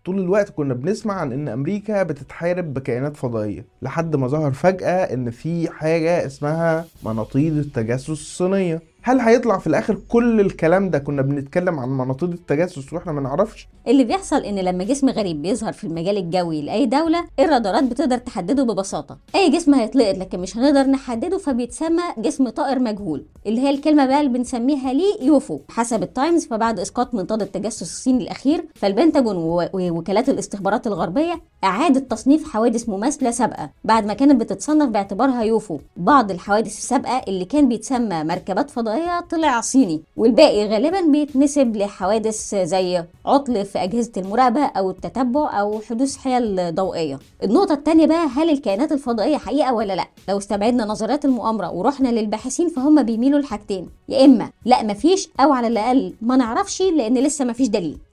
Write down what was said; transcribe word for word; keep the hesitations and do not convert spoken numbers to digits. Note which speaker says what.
Speaker 1: طول الوقت كنا بنسمع عن ان امريكا بتتحارب بكائنات فضائية، لحد ما ظهر فجأة ان في حاجة اسمها مناطيد التجسس الصينية. هل هيطلع في الاخر كل الكلام ده كنا بنتكلم عن مناطيد التجسس واحنا ما نعرفش؟
Speaker 2: اللي بيحصل ان لما جسم غريب بيظهر في المجال الجوي لاي دوله، الرادارات بتقدر تحدده ببساطه. اي جسم هيتلقط لكن مش هنقدر نحدده، فبيتسمى جسم طائر مجهول، اللي هي الكلمه بقى اللي بنسميها ليه يوفو. حسب التايمز، فبعد اسقاط منطاد التجسس الصيني الاخير، فالبنتاجون ووكالات الاستخبارات الغربيه اعادت تصنيف حوادث مماثله سابقه بعد ما كانت بتتصنف باعتبارها يوفو. بعض الحوادث السابقه اللي كان بيتسمى مركبات فضائيه طلع صيني، والباقي غالبا بيتنسب لحوادث زي عطل في أجهزة المراقبة أو التتبع أو حدوث حيل ضوئية. النقطة التانية بقى، هل الكائنات الفضائية حقيقة ولا لا؟ لو استبعدنا نظريات المؤامرة ورحنا للباحثين، فهم بيميلوا لحاجتين: يا إما لا مفيش، أو على الأقل ما نعرفش لأن لسه مفيش دليل.